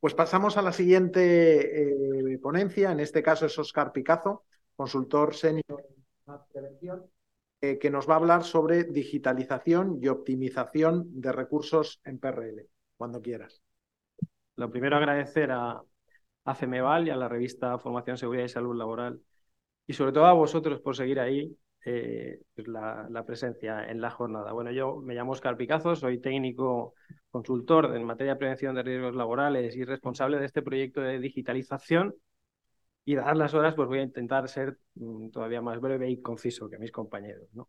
Pues pasamos a la siguiente ponencia. En este caso es Óscar Picazo, consultor senior en prevención, que nos va a hablar sobre digitalización y optimización de recursos en PRL. Cuando quieras. Lo primero, agradecer a FEMEVAL y a la revista Formación, Seguridad y Salud Laboral, y sobre todo a vosotros por seguir ahí pues la presencia en la jornada. Bueno, yo me llamo Óscar Picazo, soy técnico consultor en materia de prevención de riesgos laborales y responsable de este proyecto de digitalización. Y dadas las horas, pues voy a intentar ser todavía más breve y conciso que mis compañeros, ¿no?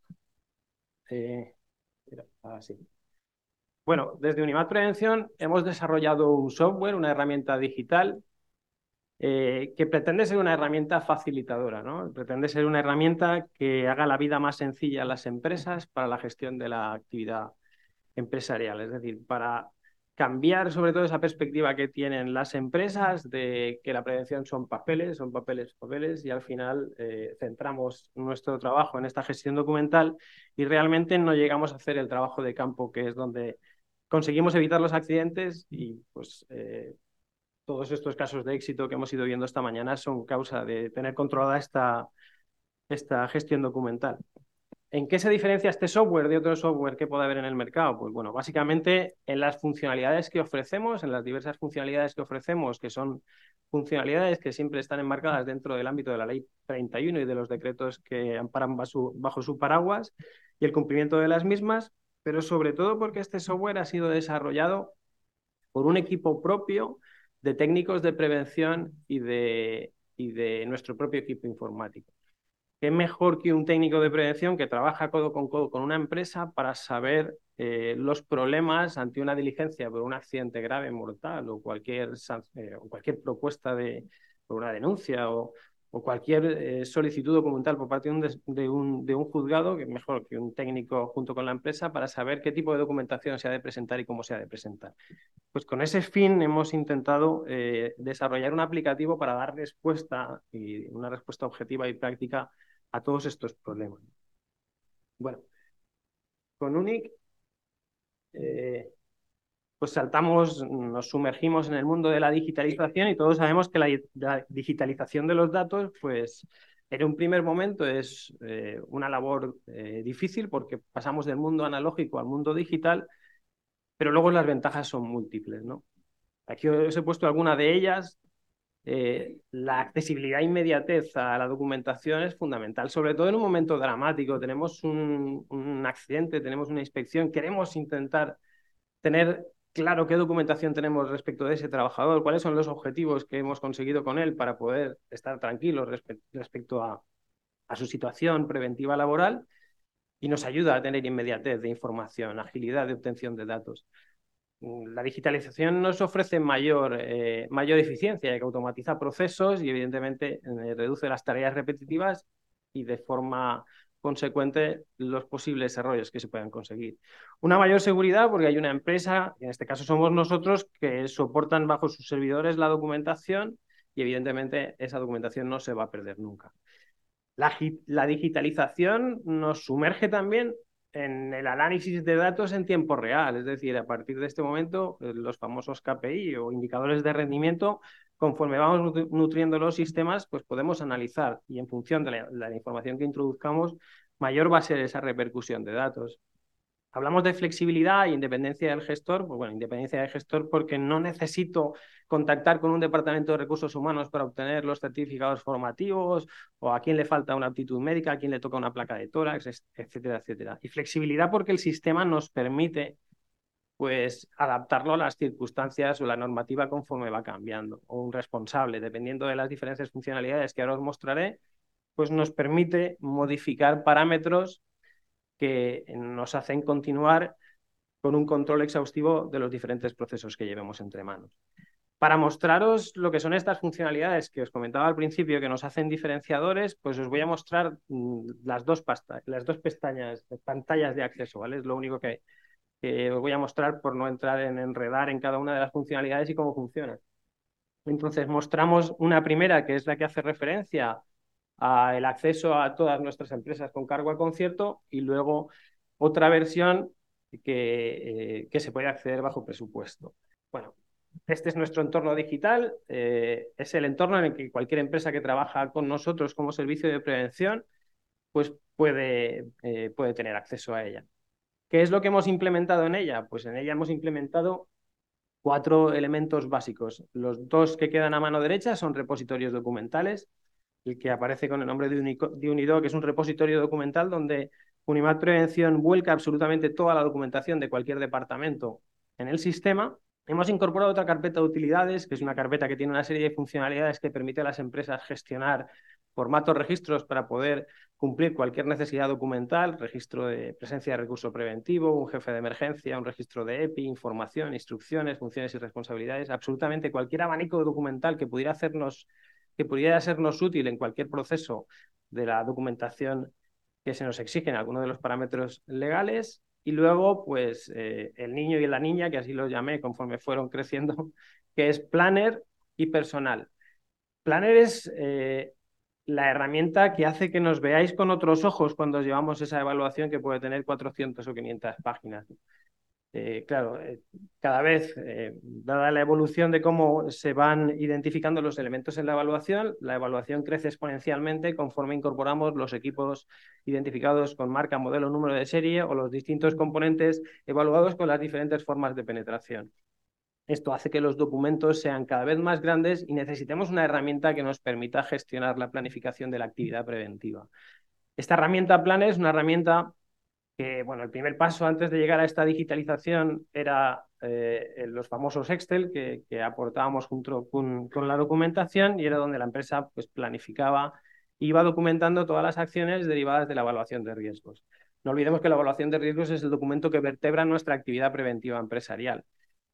Así. Bueno, desde Unimat Prevención hemos desarrollado un software, una herramienta digital que pretende ser una herramienta facilitadora, ¿no? Pretende ser una herramienta que haga la vida más sencilla a las empresas para la gestión de la actividad empresarial. Es decir, para cambiar sobre todo esa perspectiva que tienen las empresas de que la prevención son papeles, papeles, y al final centramos nuestro trabajo en esta gestión documental y realmente no llegamos a hacer el trabajo de campo, que es donde conseguimos evitar los accidentes y pues todos estos casos de éxito que hemos ido viendo esta mañana son causa de tener controlada esta gestión documental. ¿En qué se diferencia este software de otro software que puede haber en el mercado? Pues bueno, básicamente en las funcionalidades que ofrecemos, en las diversas funcionalidades que ofrecemos, que son funcionalidades que siempre están enmarcadas dentro del ámbito de la Ley 31 y de los decretos que amparan bajo su paraguas y el cumplimiento de las mismas, pero sobre todo porque este software ha sido desarrollado por un equipo propio de técnicos de prevención y de nuestro propio equipo informático. ¿Qué mejor que un técnico de prevención que trabaja codo con una empresa para saber los problemas ante una diligencia por un accidente grave, mortal o cualquier propuesta por una denuncia o cualquier solicitud documental por parte de un juzgado, que mejor que un técnico junto con la empresa para saber qué tipo de documentación se ha de presentar y cómo se ha de presentar? Pues con ese fin hemos intentado desarrollar un aplicativo para dar respuesta y una respuesta objetiva y práctica a todos estos problemas. Bueno, con UNIC pues nos sumergimos en el mundo de la digitalización y todos sabemos que la digitalización de los datos, pues en un primer momento es una labor difícil porque pasamos del mundo analógico al mundo digital, pero luego las ventajas son múltiples, ¿no? Aquí os he puesto algunas de ellas. La accesibilidad e inmediatez a la documentación es fundamental, sobre todo en un momento dramático. Tenemos un accidente, tenemos una inspección, queremos intentar tener claro qué documentación tenemos respecto de ese trabajador, cuáles son los objetivos que hemos conseguido con él para poder estar tranquilos respecto a su situación preventiva laboral, y nos ayuda a tener inmediatez de información, agilidad de obtención de datos. La digitalización nos ofrece mayor eficiencia, ya que automatiza procesos y evidentemente reduce las tareas repetitivas y de forma consecuente los posibles errores que se puedan conseguir. Una mayor seguridad porque hay una empresa, en este caso somos nosotros, que soportan bajo sus servidores la documentación y evidentemente esa documentación no se va a perder nunca. La digitalización nos sumerge también en el análisis de datos en tiempo real, es decir, a partir de este momento, los famosos KPI o indicadores de rendimiento, conforme vamos nutriendo los sistemas, pues podemos analizar y en función de la información que introduzcamos, mayor va a ser esa repercusión de datos. Hablamos de flexibilidad e independencia del gestor. Pues bueno, independencia del gestor porque no necesito contactar con un departamento de recursos humanos para obtener los certificados formativos, o a quién le falta una aptitud médica, a quién le toca una placa de tórax, etcétera, etcétera. Y flexibilidad porque el sistema nos permite pues adaptarlo a las circunstancias o la normativa conforme va cambiando. O un responsable, dependiendo de las diferentes funcionalidades que ahora os mostraré, pues nos permite modificar parámetros que nos hacen continuar con un control exhaustivo de los diferentes procesos que llevemos entre manos. Para mostraros lo que son estas funcionalidades que os comentaba al principio, que nos hacen diferenciadores, pues os voy a mostrar las dos pestañas, pantallas de acceso, ¿vale? Es lo único que os voy a mostrar por no entrar en enredar en cada una de las funcionalidades y cómo funcionan. Entonces mostramos una primera, que es la que hace referencia al acceso a todas nuestras empresas con cargo al concierto, y luego otra versión que se puede acceder bajo presupuesto. Bueno, Este es nuestro entorno digital, es el entorno en el que cualquier empresa que trabaja con nosotros como servicio de prevención pues puede tener acceso a ella. ¿Qué es lo que hemos implementado en ella? Pues en ella hemos implementado 4 elementos básicos. Los 2 que quedan a mano derecha son repositorios documentales. El que aparece con el nombre de Unidoc es un repositorio documental donde Unimat Prevención vuelca absolutamente toda la documentación de cualquier departamento en el sistema. Hemos incorporado otra carpeta de utilidades, que es una carpeta que tiene una serie de funcionalidades que permite a las empresas gestionar formatos registros para poder cumplir cualquier necesidad documental, registro de presencia de recurso preventivo, un jefe de emergencia, un registro de EPI, información, instrucciones, funciones y responsabilidades, absolutamente cualquier abanico documental que pudiera sernos útil en cualquier proceso de la documentación que se nos exige en alguno de los parámetros legales. Y luego, pues, el niño y la niña, que así los llamé conforme fueron creciendo, que es Planner y Personal. Planner es la herramienta que hace que nos veáis con otros ojos cuando os llevamos esa evaluación que puede tener 400 o 500 páginas. Claro, cada vez, dada la evolución de cómo se van identificando los elementos en la evaluación crece exponencialmente conforme incorporamos los equipos identificados con marca, modelo, número de serie o los distintos componentes evaluados con las diferentes formas de penetración. Esto hace que los documentos sean cada vez más grandes y necesitemos una herramienta que nos permita gestionar la planificación de la actividad preventiva. Esta herramienta Planner es una herramienta que, bueno, el primer paso antes de llegar a esta digitalización era los famosos Excel que aportábamos junto con la documentación, y era donde la empresa pues planificaba e iba documentando todas las acciones derivadas de la evaluación de riesgos. No olvidemos que la evaluación de riesgos es el documento que vertebra nuestra actividad preventiva empresarial.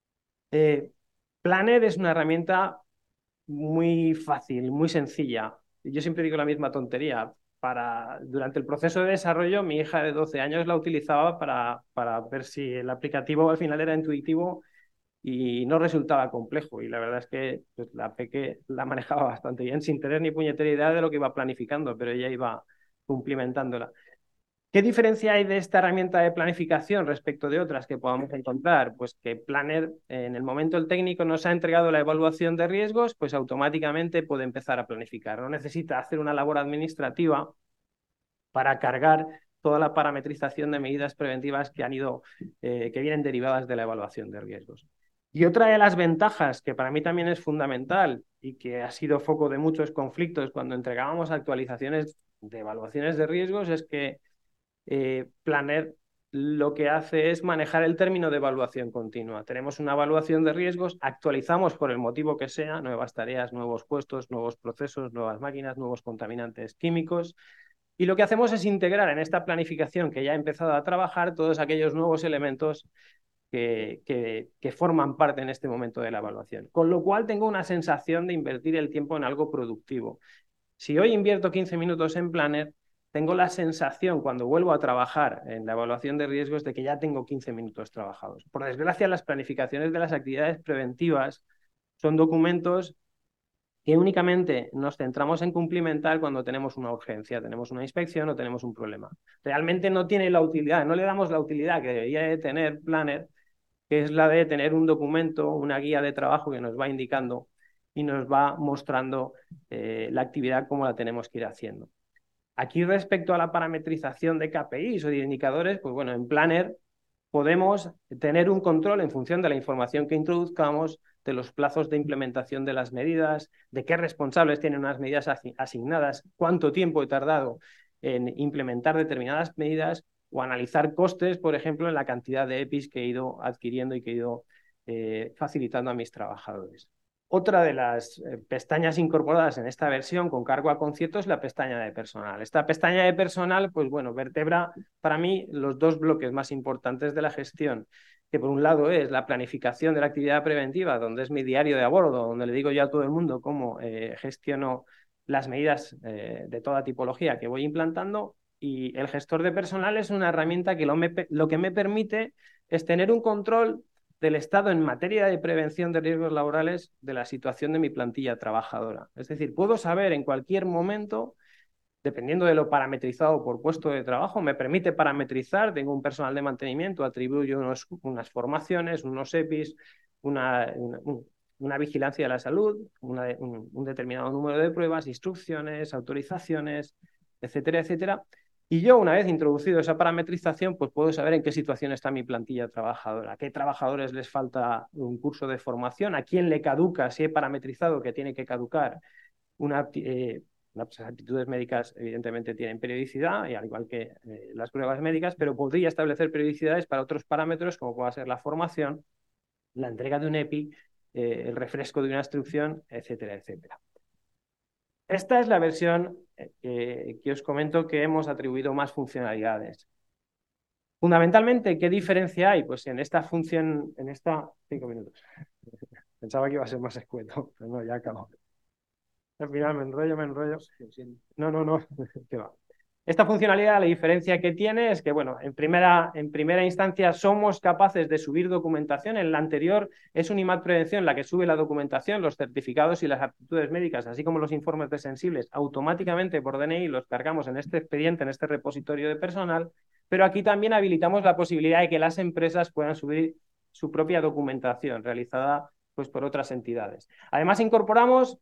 Planner es una herramienta muy fácil, muy sencilla. Yo siempre digo la misma tontería. Durante el proceso de desarrollo, mi hija de 12 años la utilizaba para ver si el aplicativo al final era intuitivo y no resultaba complejo. Y la verdad es que pues, la peque la manejaba bastante bien, sin tener ni puñetera idea de lo que iba planificando, pero ella iba cumplimentándola. ¿Qué diferencia hay de esta herramienta de planificación respecto de otras que podamos encontrar? Pues que Planner, en el momento el técnico nos ha entregado la evaluación de riesgos, pues automáticamente puede empezar a planificar. No necesita hacer una labor administrativa para cargar toda la parametrización de medidas preventivas que vienen derivadas de la evaluación de riesgos. Y otra de las ventajas que para mí también es fundamental y que ha sido foco de muchos conflictos cuando entregábamos actualizaciones de evaluaciones de riesgos es que Planner lo que hace es manejar el término de evaluación continua. Tenemos una evaluación de riesgos, actualizamos por el motivo que sea, nuevas tareas, nuevos puestos, nuevos procesos, nuevas máquinas, nuevos contaminantes químicos, y lo que hacemos es integrar en esta planificación que ya ha empezado a trabajar todos aquellos nuevos elementos que forman parte en este momento de la evaluación. Con lo cual tengo una sensación de invertir el tiempo en algo productivo. Si hoy invierto 15 minutos en Planner, tengo la sensación cuando vuelvo a trabajar en la evaluación de riesgos de que ya tengo 15 minutos trabajados. Por desgracia, las planificaciones de las actividades preventivas son documentos que únicamente nos centramos en cumplimentar cuando tenemos una urgencia, tenemos una inspección o tenemos un problema. Realmente no tiene la utilidad, no le damos la utilidad que debería de tener Planner, que es la de tener un documento, una guía de trabajo que nos va indicando y nos va mostrando la actividad como la tenemos que ir haciendo. Aquí, respecto a la parametrización de KPIs o de indicadores, pues bueno, en Planner podemos tener un control en función de la información que introduzcamos, de los plazos de implementación de las medidas, de qué responsables tienen unas medidas asignadas, cuánto tiempo he tardado en implementar determinadas medidas, o analizar costes, por ejemplo, en la cantidad de EPIs que he ido adquiriendo y que he ido facilitando a mis trabajadores. Otra de las pestañas incorporadas en esta versión con cargo a concierto es la pestaña de personal. Esta pestaña de personal, pues bueno, vertebra para mí los 2 bloques más importantes de la gestión, que por un lado es la planificación de la actividad preventiva, donde es mi diario de a bordo, donde le digo yo a todo el mundo cómo gestiono las medidas de toda tipología que voy implantando, y el gestor de personal es una herramienta que lo que me permite es tener un control del Estado en materia de prevención de riesgos laborales de la situación de mi plantilla trabajadora. Es decir, puedo saber en cualquier momento, dependiendo de lo parametrizado por puesto de trabajo, me permite parametrizar, tengo un personal de mantenimiento, atribuyo unas formaciones, unos EPIs, una vigilancia de la salud, un determinado número de pruebas, instrucciones, autorizaciones, etcétera, etcétera. Y yo, una vez introducido esa parametrización, pues puedo saber en qué situación está mi plantilla trabajadora, a qué trabajadores les falta un curso de formación, a quién le caduca, si he parametrizado que tiene que caducar las aptitudes médicas evidentemente tienen periodicidad, y al igual que las pruebas médicas, pero podría establecer periodicidades para otros parámetros, como pueda ser la formación, la entrega de un EPI, el refresco de una instrucción, etcétera, etcétera. Esta es la versión que os comento que hemos atribuido más funcionalidades. Fundamentalmente, ¿qué diferencia hay? Pues en esta función, en esta... 5 minutos. Pensaba que iba a ser más escueto, pero no, ya acabo. Al final me enrollo. No, ¿qué va? Esta funcionalidad, la diferencia que tiene es que, bueno, en primera instancia somos capaces de subir documentación. En la anterior es un IMAT Prevención la que sube la documentación, los certificados y las aptitudes médicas, así como los informes de sensibles, automáticamente por DNI los cargamos en este expediente, en este repositorio de personal, pero aquí también habilitamos la posibilidad de que las empresas puedan subir su propia documentación realizada pues, por otras entidades. Además, incorporamos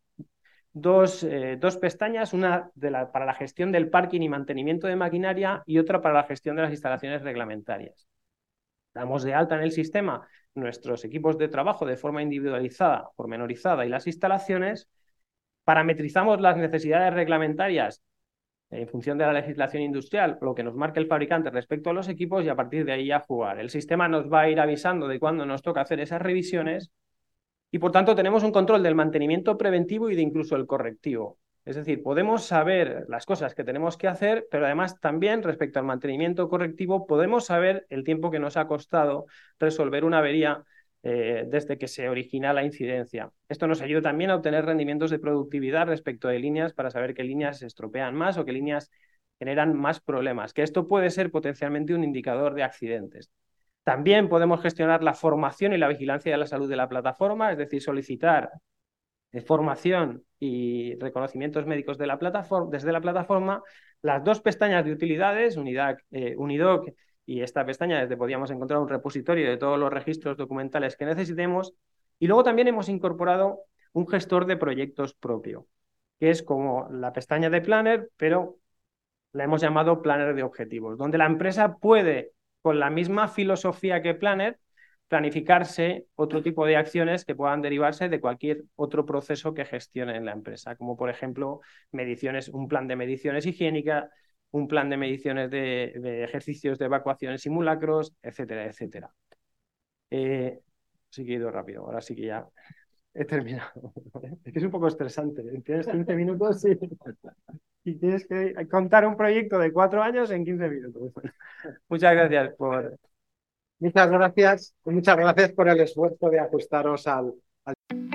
dos pestañas, una para la gestión del parking y mantenimiento de maquinaria y otra para la gestión de las instalaciones reglamentarias. Damos de alta en el sistema nuestros equipos de trabajo de forma individualizada, pormenorizada y las instalaciones, parametrizamos las necesidades reglamentarias en función de la legislación industrial, lo que nos marque el fabricante respecto a los equipos y a partir de ahí ya jugar. El sistema nos va a ir avisando de cuándo nos toca hacer esas revisiones y por tanto tenemos un control del mantenimiento preventivo y de incluso el correctivo. Es decir, podemos saber las cosas que tenemos que hacer, pero además también respecto al mantenimiento correctivo podemos saber el tiempo que nos ha costado resolver una avería desde que se origina la incidencia. Esto nos ayuda también a obtener rendimientos de productividad respecto de líneas para saber qué líneas se estropean más o qué líneas generan más problemas, que esto puede ser potencialmente un indicador de accidentes. También podemos gestionar la formación y la vigilancia de la salud de la plataforma, es decir, solicitar formación y reconocimientos médicos de la plataforma, desde la plataforma. Las dos pestañas de utilidades, Unidoc y esta pestaña desde podíamos encontrar un repositorio de todos los registros documentales que necesitemos. Y luego también hemos incorporado un gestor de proyectos propio, que es como la pestaña de Planner, pero la hemos llamado Planner de objetivos, donde la empresa puede, con la misma filosofía que Planner, planificarse otro tipo de acciones que puedan derivarse de cualquier otro proceso que gestione en la empresa, como por ejemplo mediciones, un plan de mediciones higiénicas, un plan de mediciones de ejercicios de evacuación en simulacros, etcétera, etcétera. Sí que he ido rápido, ahora sí que ya he terminado. Es que es un poco estresante. Tienes 15 minutos y tienes que contar un proyecto de 4 años en 15 minutos. Muchas gracias por... Muchas gracias por el esfuerzo de ajustaros al